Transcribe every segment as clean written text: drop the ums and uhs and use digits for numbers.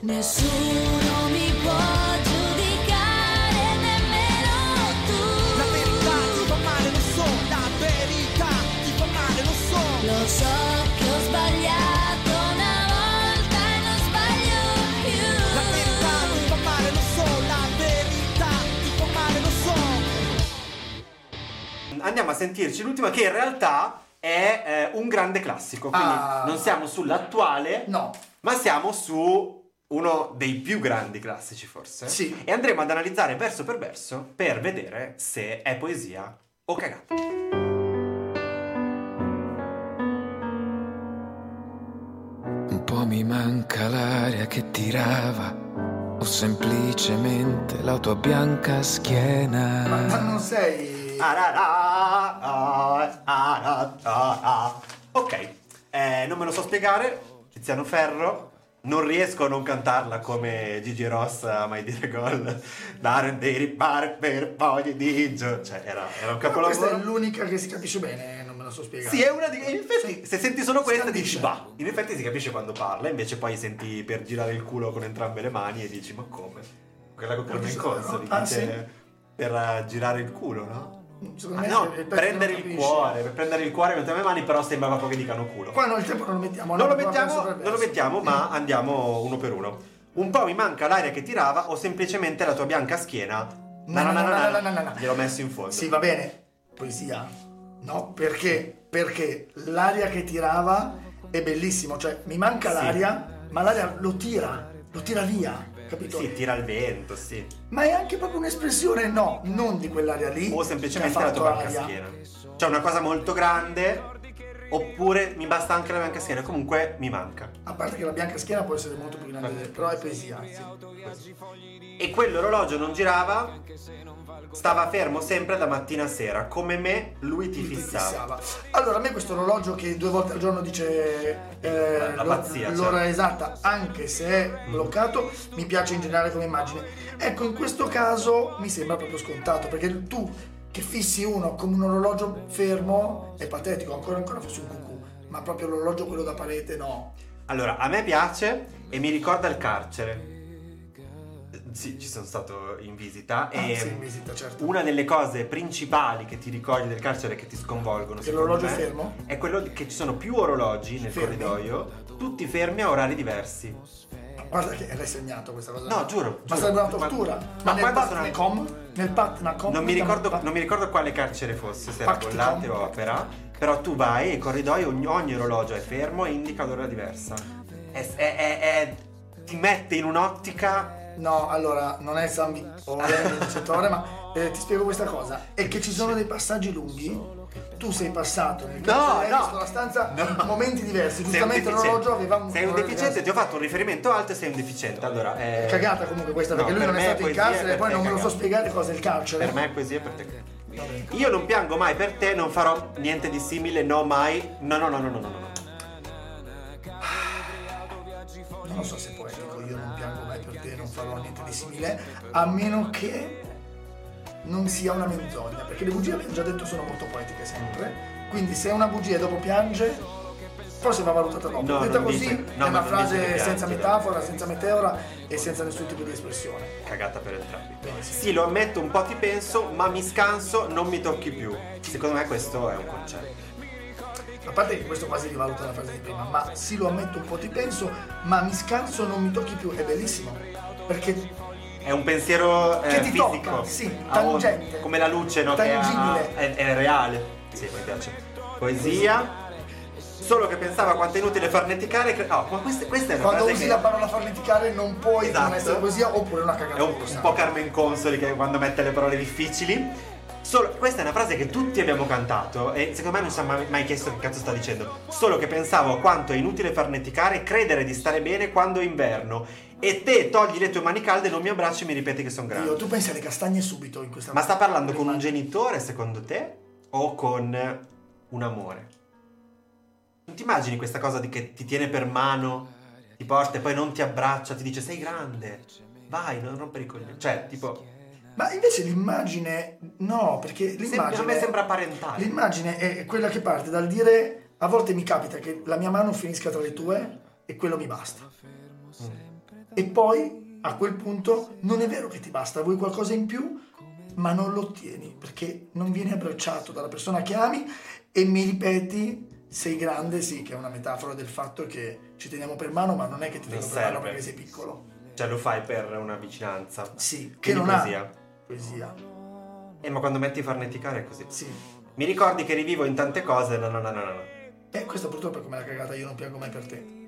Nessuno mi può giudicare, nemmeno tu. La verità ti fa male, lo so. La verità ti fa male, lo so. Lo so che ho sbagliato una volta e non sbaglio più. La verità ti fa male, lo so. La verità ti fa male, lo so. Andiamo a sentirci l'ultima, che in realtà è un grande classico. Quindi non siamo sull'attuale, No. ma siamo su uno dei più grandi classici, forse. Sì. E andremo ad analizzare verso per verso per vedere se è poesia o cagata. Un po' mi manca l'aria che tirava, o semplicemente la tua bianca schiena. Ma non sei... Ok, non me lo so spiegare. Tiziano Ferro. Non riesco a non cantarla come Gigi Ross a Mai dire gol. Dare dei ripare per poi di gio. Cioè era un capolavoro. Questa è l'unica che si capisce bene, non me la so spiegare. Sì, è una di... In effetti, se senti solo questa Si dici, capisce. bah. In effetti si capisce quando parla. Invece poi senti per girare il culo con entrambe le mani e dici, ma come? Quella con Carmen Consoli dice per girare il culo, no? Secondo me No, il pezzo prendere non il capisce. cuore. Per prendere il cuore con entrambe le mani, però sembra proprio che dicano culo. Qua noi il tempo non lo mettiamo. Non lo no, mettiamo, verso per non lo verso. mettiamo, ma andiamo uno per uno. Un po' mi manca l'aria che tirava o semplicemente la tua bianca schiena. No. Gliel'ho messo in fondo. Sì, va bene. Poesia. No, perché? Perché l'aria che tirava è bellissimo. Cioè, mi manca Sì. l'aria, ma l'aria lo tira via. Capito? Sì, tira il vento, sì. Ma è anche proprio un'espressione, no, non di quell'aria lì. O semplicemente che ha la tua fatto bianca aria. schiena. Cioè una cosa molto grande, oppure mi basta anche la bianca schiena, comunque mi manca. A parte che la bianca schiena può essere molto più grande, però è poesia. Sì. E quell'orologio non girava, stava fermo sempre da mattina a sera. Come me, lui ti fissava. Allora, a me questo orologio che 2 volte al giorno dice La pazzia, l'ora cioè. esatta, anche se è bloccato, mi piace in generale come immagine. Ecco, in questo caso mi sembra proprio scontato, perché tu che fissi uno come un orologio fermo è patetico, ancora fosse un cucù, ma proprio l'orologio quello da parete no. Allora, a me piace e mi ricorda il carcere. Sì, ci sono stato in visita e sì, in visita, certo. una delle cose principali che ti ricordi del carcere che ti sconvolgono, Che secondo l'orologio me, è fermo? è quello che ci sono più orologi nel Fermi? corridoio, tutti fermi a orari diversi. Guarda che l'hai segnato questa cosa. No, giuro. Ma sarebbe una tortura. Ma nel quando sono... Patnacom, nel Patnacom, Non mi ricordo quale carcere fosse, se era Pacticom. Bollate o Opera, però tu vai e il corridoio, ogni orologio è fermo e indica l'ora diversa. Ti mette in un'ottica. No, allora, non è San Vincitore, ma ti spiego questa cosa. È che ci sono dei passaggi lunghi. Tu sei passato nel carcere, hai visto la stanza in momenti diversi. Giustamente l'orologio aveva un... Sei un deficiente, ti ho fatto un riferimento alto e sei un deficiente. Allora, È cagata comunque questa, perché no, lui per non è me stato in poesia, carcere e per poi te non me lo so cagata. spiegare cosa è il carcere. Per me è poesia, per te. Io non piango mai per te, non farò niente di simile, no mai. No. Non lo so se è poetico, io non piango mai per te, non farò niente di simile, a meno che non sia una menzogna, perché le bugie, abbiamo già detto, sono molto poetiche sempre, quindi se è una bugia e dopo piange, forse va valutata dopo. No, Detta non così dice- no, è ma una non frase dice che senza piange, metafora, senza meteora e senza nessun tipo di espressione. Cagata per entrambi. Benissimo. Sì, lo ammetto, un po' ti penso, ma mi scanso, non mi tocchi più. Secondo me questo è un concetto. A parte che questo quasi rivaluta la frase di prima, ma sì, lo ammetto, un po' ti penso, ma mi scanso, non mi tocchi più, è bellissimo, perché È un pensiero Che ti fisico. tocca, sì, Ha tangente. come la luce, no? Tangibile. Che è reale. Sì, mi piace. Poesia. Solo che pensava quanto è inutile farneticare. Ma questa è una quando frase usi che la parola farneticare non puoi Esatto. non essere poesia oppure una cagata. è un po' Carmen Consoli che quando mette le parole difficili. Questa è una frase che tutti abbiamo cantato e secondo me non ci siamo mai chiesto che cazzo sta dicendo. Solo che pensavo a quanto è inutile farneticare e credere di stare bene quando è inverno. E te togli le tue mani calde, non mi abbracci e mi ripeti che sono grandi. Tu pensi alle castagne subito in questa. Ma sta parlando con un genitore secondo te? O con un amore? Non ti immagini questa cosa di che ti tiene per mano, ti porta e poi non ti abbraccia, ti dice sei grande, vai, non rompere i coglioni. Cioè, tipo... Ma invece l'immagine no, perché l'immagine a me sembra parentale. L'immagine è quella che parte dal dire a volte mi capita che la mia mano finisca tra le tue e quello mi basta. E poi a quel punto non è vero che ti basta, vuoi qualcosa in più, ma non lo ottieni perché non vieni abbracciato dalla persona che ami e mi ripeti sei grande, sì, che è una metafora del fatto che ci teniamo per mano, ma non è che ti tengo per mano perché sei piccolo. Cioè lo fai per una vicinanza. Sì, Quindi che non poesia. ha poesia. Ma quando metti farneticare è così. Sì. Mi ricordi che rivivo in tante cose, no. Questa purtroppo è come la cagata, io non piango mai per te.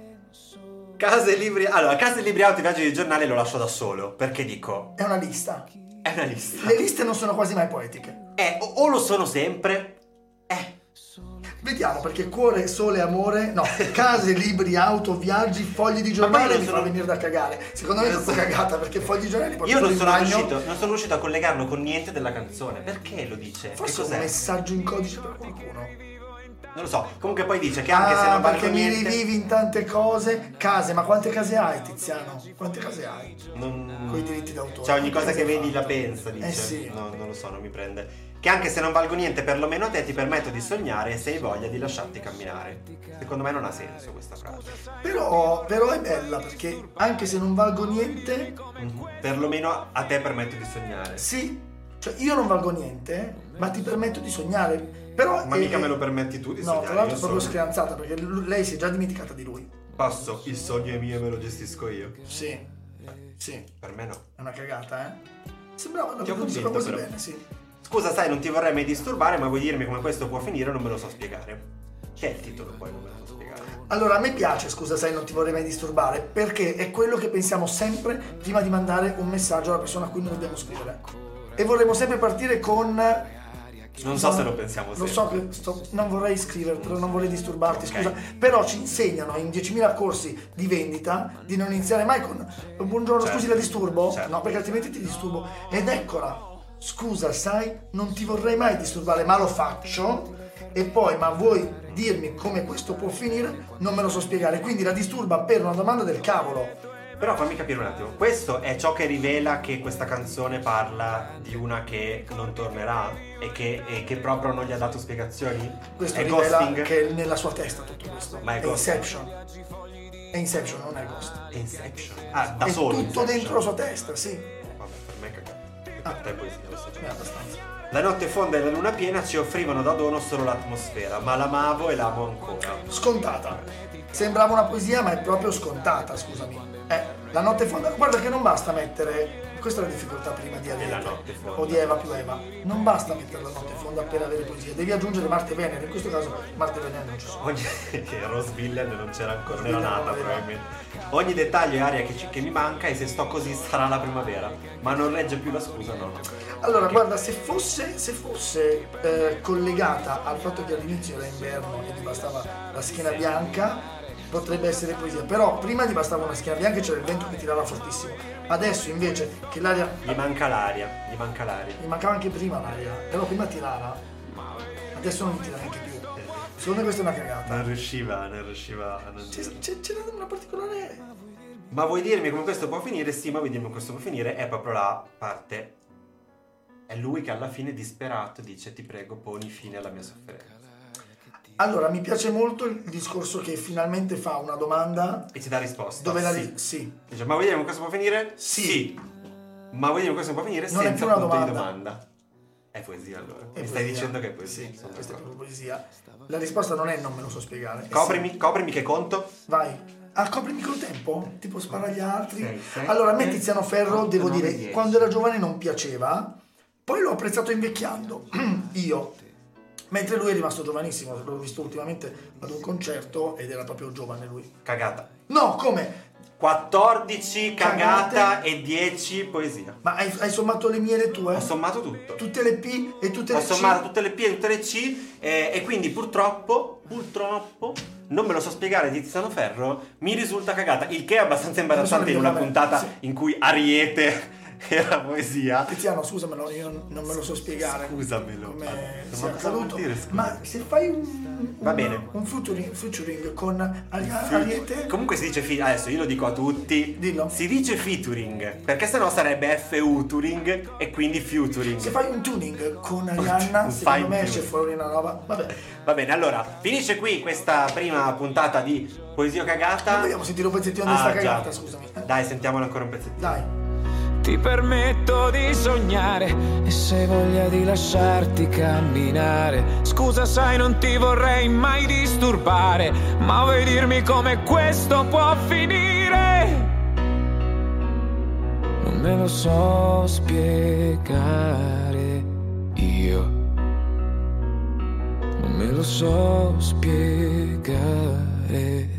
Case, libri... Allora, case, libri, auto, viaggi di giornale lo lascio da solo, perché dico... È una lista. È una lista. Le liste non sono quasi mai poetiche. O lo sono sempre... Vediamo, perché cuore, sole, amore, no, case, libri, auto, viaggi, fogli di giornale mi fa venire da cagare. Secondo me è troppo cagata, perché fogli di giornale Io non sono riuscito a collegarlo con niente della canzone. Perché lo dice? Forse che cos'è? un messaggio in codice per qualcuno. Non lo so. Comunque poi dice che anche se non valgo perché niente... mi rivivi in tante cose. Case, ma quante case hai, Tiziano? Quante case hai? Con i diritti d'autore. Cioè ogni cosa Quante che case hai vedi la fatto? pensa, dice. Sì. No, non lo so, non mi prende. Che anche se non valgo niente, perlomeno a te ti permetto di sognare e se hai voglia di lasciarti camminare. Secondo me non ha senso questa frase. Però è bella, perché anche se non valgo niente, perlomeno a te permetto di sognare. sì, cioè io non valgo niente, ma ti permetto di sognare. Però Ma mica me lo permetti tu di sognare. No, tra l'altro è io proprio sono- scrianzata, perché lei si è già dimenticata di lui. Passo, il sogno è mio e me lo gestisco io. Sì, Per me no. è una cagata, Sembrava una Ti ho cosa convinto, quasi però. bene, sì. Scusa, sai, non ti vorrei mai disturbare, ma vuoi dirmi come questo può finire? Non me lo so spiegare. Che è il titolo poi, non me lo so spiegare. Allora, a me piace, scusa, sai, non ti vorrei mai disturbare, perché è quello che pensiamo sempre prima di mandare un messaggio alla persona a cui noi dobbiamo scrivere. E vorremmo sempre partire con... Non so se lo pensiamo Lo sempre. so che non vorrei scrivertelo, non vorrei disturbarti, Ok. scusa, però ci insegnano in 10.000 corsi di vendita di non iniziare mai con buongiorno, Certo. scusi, la disturbo? Certo. No, perché altrimenti ti disturbo. Ed eccola, scusa, sai, non ti vorrei mai disturbare, ma lo faccio. E poi, ma vuoi dirmi come questo può finire? Non me lo so spiegare, quindi la disturba per una domanda del cavolo. Però fammi capire un attimo, questo è ciò che rivela che questa canzone parla di una che non tornerà e che proprio non gli ha dato spiegazioni? Questo È rivela ghosting? che è nella sua testa tutto questo. Ma è è ghosting. Inception. È Inception, non è Ghost. È Inception. Ah, da È solo tutto Inception. dentro la sua testa, sì. Vabbè, per me è cagato. Per te poi sì, lo so già. È abbastanza. La notte fonda e la luna piena ci offrivano da dono solo l'atmosfera, ma l'amavo e l'amo ancora. Scontata. Sembrava una poesia, ma è proprio scontata, scusami. La notte fonda, guarda che non basta mettere. Questa è la difficoltà prima di la Ariete notte fonda. o di Eva più Eva. Non basta mettere la notte fonda per avere poesia, devi aggiungere Marte e Venere. In questo caso Marte e Venere non ci sono. Che Rose Villain non c'era ancora, non Rose era Villain nata non aveva. probabilmente. Ogni dettaglio e aria che mi manca e se sto così sarà la primavera. Ma non regge più la scusa, no? Allora, guarda, se fosse collegata al fatto che all'inizio era inverno e gli bastava la schiena bianca, potrebbe essere poesia. Però prima gli bastava una schiena bianca e c'era il vento che tirava fortissimo. Adesso invece che l'aria... Gli manca l'aria. Mi mancava anche prima l'aria, però prima tirava. Adesso non mi tira neanche più. Secondo me questa è una cagata. Non riusciva a non dire. C'era una particolare... Ma vuoi dirmi come questo può finire? Sì, ma vuoi dirmi come questo può finire? È proprio la parte. È lui che alla fine disperato dice: ti prego, poni fine alla mia sofferenza. Allora, mi piace molto il discorso che finalmente fa una domanda E ci dà risposta. dove la... sì. Sì. Dice: ma vuoi dirmi come questo può finire? Sì. Ma vuoi dirmi come questo può finire? Non è Senza più una punto di domanda. domanda. È poesia allora. È Mi stai poesia. dicendo che è poesia. Sì, Sono questa è d'accordo. proprio poesia. La risposta non è non me lo so spiegare. è Coprimi che conto. sì. Vai. Ah, coprimi col tempo? Tipo spara agli altri? Sei, sette, Allora, a me Tiziano Ferro, devo 9, dire, 10. quando era giovane non piaceva, poi l'ho apprezzato invecchiando. Io. Mentre lui è rimasto giovanissimo, l'ho visto ultimamente ad un concerto ed era proprio giovane lui. Cagata. No, come? 14 cagata Cagate. e 10 poesia. Ma hai sommato le mie e le tue? Ho sommato tutto. Tutte le P e tutte Ho le C? sommato tutte le P e tutte le C e quindi purtroppo non me lo so spiegare di Tiziano Ferro mi risulta cagata, il che è abbastanza imbarazzante in una Vabbè, puntata sì. in cui Ariete era poesia. Tiziano, scusamelo, io non me lo so spiegare. Scusamelo. Come Non sia lo so accaduto. dire, scusa. Ma se fai un Va bene. un featuring con Ariete, Comunque si dice adesso io lo dico a tutti. Dillo. Si dice featuring, perché sennò sarebbe futuring e quindi futuring. se fai un tuning con Arianna, Un secondo fine me tune. esce fuori una roba. Vabbè, Va bene, allora, finisce qui questa prima puntata di Poesia Cagata. non vogliamo sentire un pezzettino di sta Ah, già. cagata, scusami. Dai, sentiamolo ancora un pezzettino. Dai. Ti permetto di sognare e se hai voglia di lasciarti camminare. Scusa, sai, non ti vorrei mai disturbare, ma vuoi dirmi come questo può finire? Non me lo so spiegare io. Non me lo so spiegare.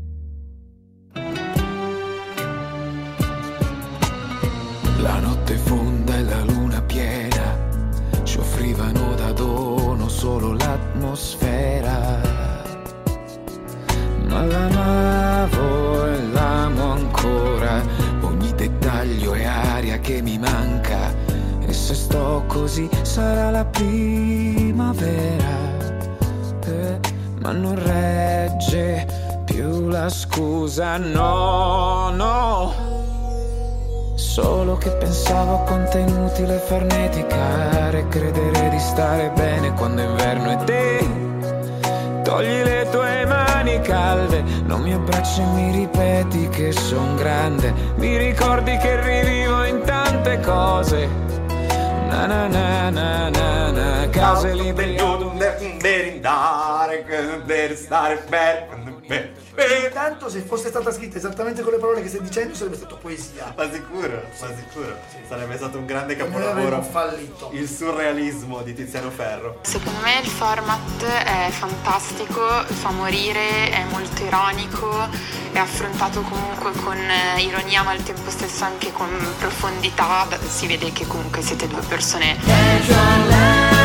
La notte fonda e la luna piena ci offrivano da dono solo l'atmosfera. Ma l'amavo e l'amo ancora, ogni dettaglio è aria che mi manca. E se sto così sarà la primavera, ma non regge più la scusa, no, no. Solo che pensavo a quanto è inutile farneticare, credere di stare bene quando è inverno e te togli le tue mani calde, non mi abbracci e mi ripeti che son grande, mi ricordi che rivivo in tante cose, na na na na na na, case libere. Tanto se fosse stata scritta esattamente con le parole che stai dicendo sarebbe stato poesia. Ma sicuro, sarebbe stato un grande E noi avremmo capolavoro. fallito. Il surrealismo di Tiziano Ferro. Secondo me il format è fantastico, fa morire, è molto ironico, è affrontato comunque con ironia ma al tempo stesso anche con profondità. Si vede che comunque siete due persone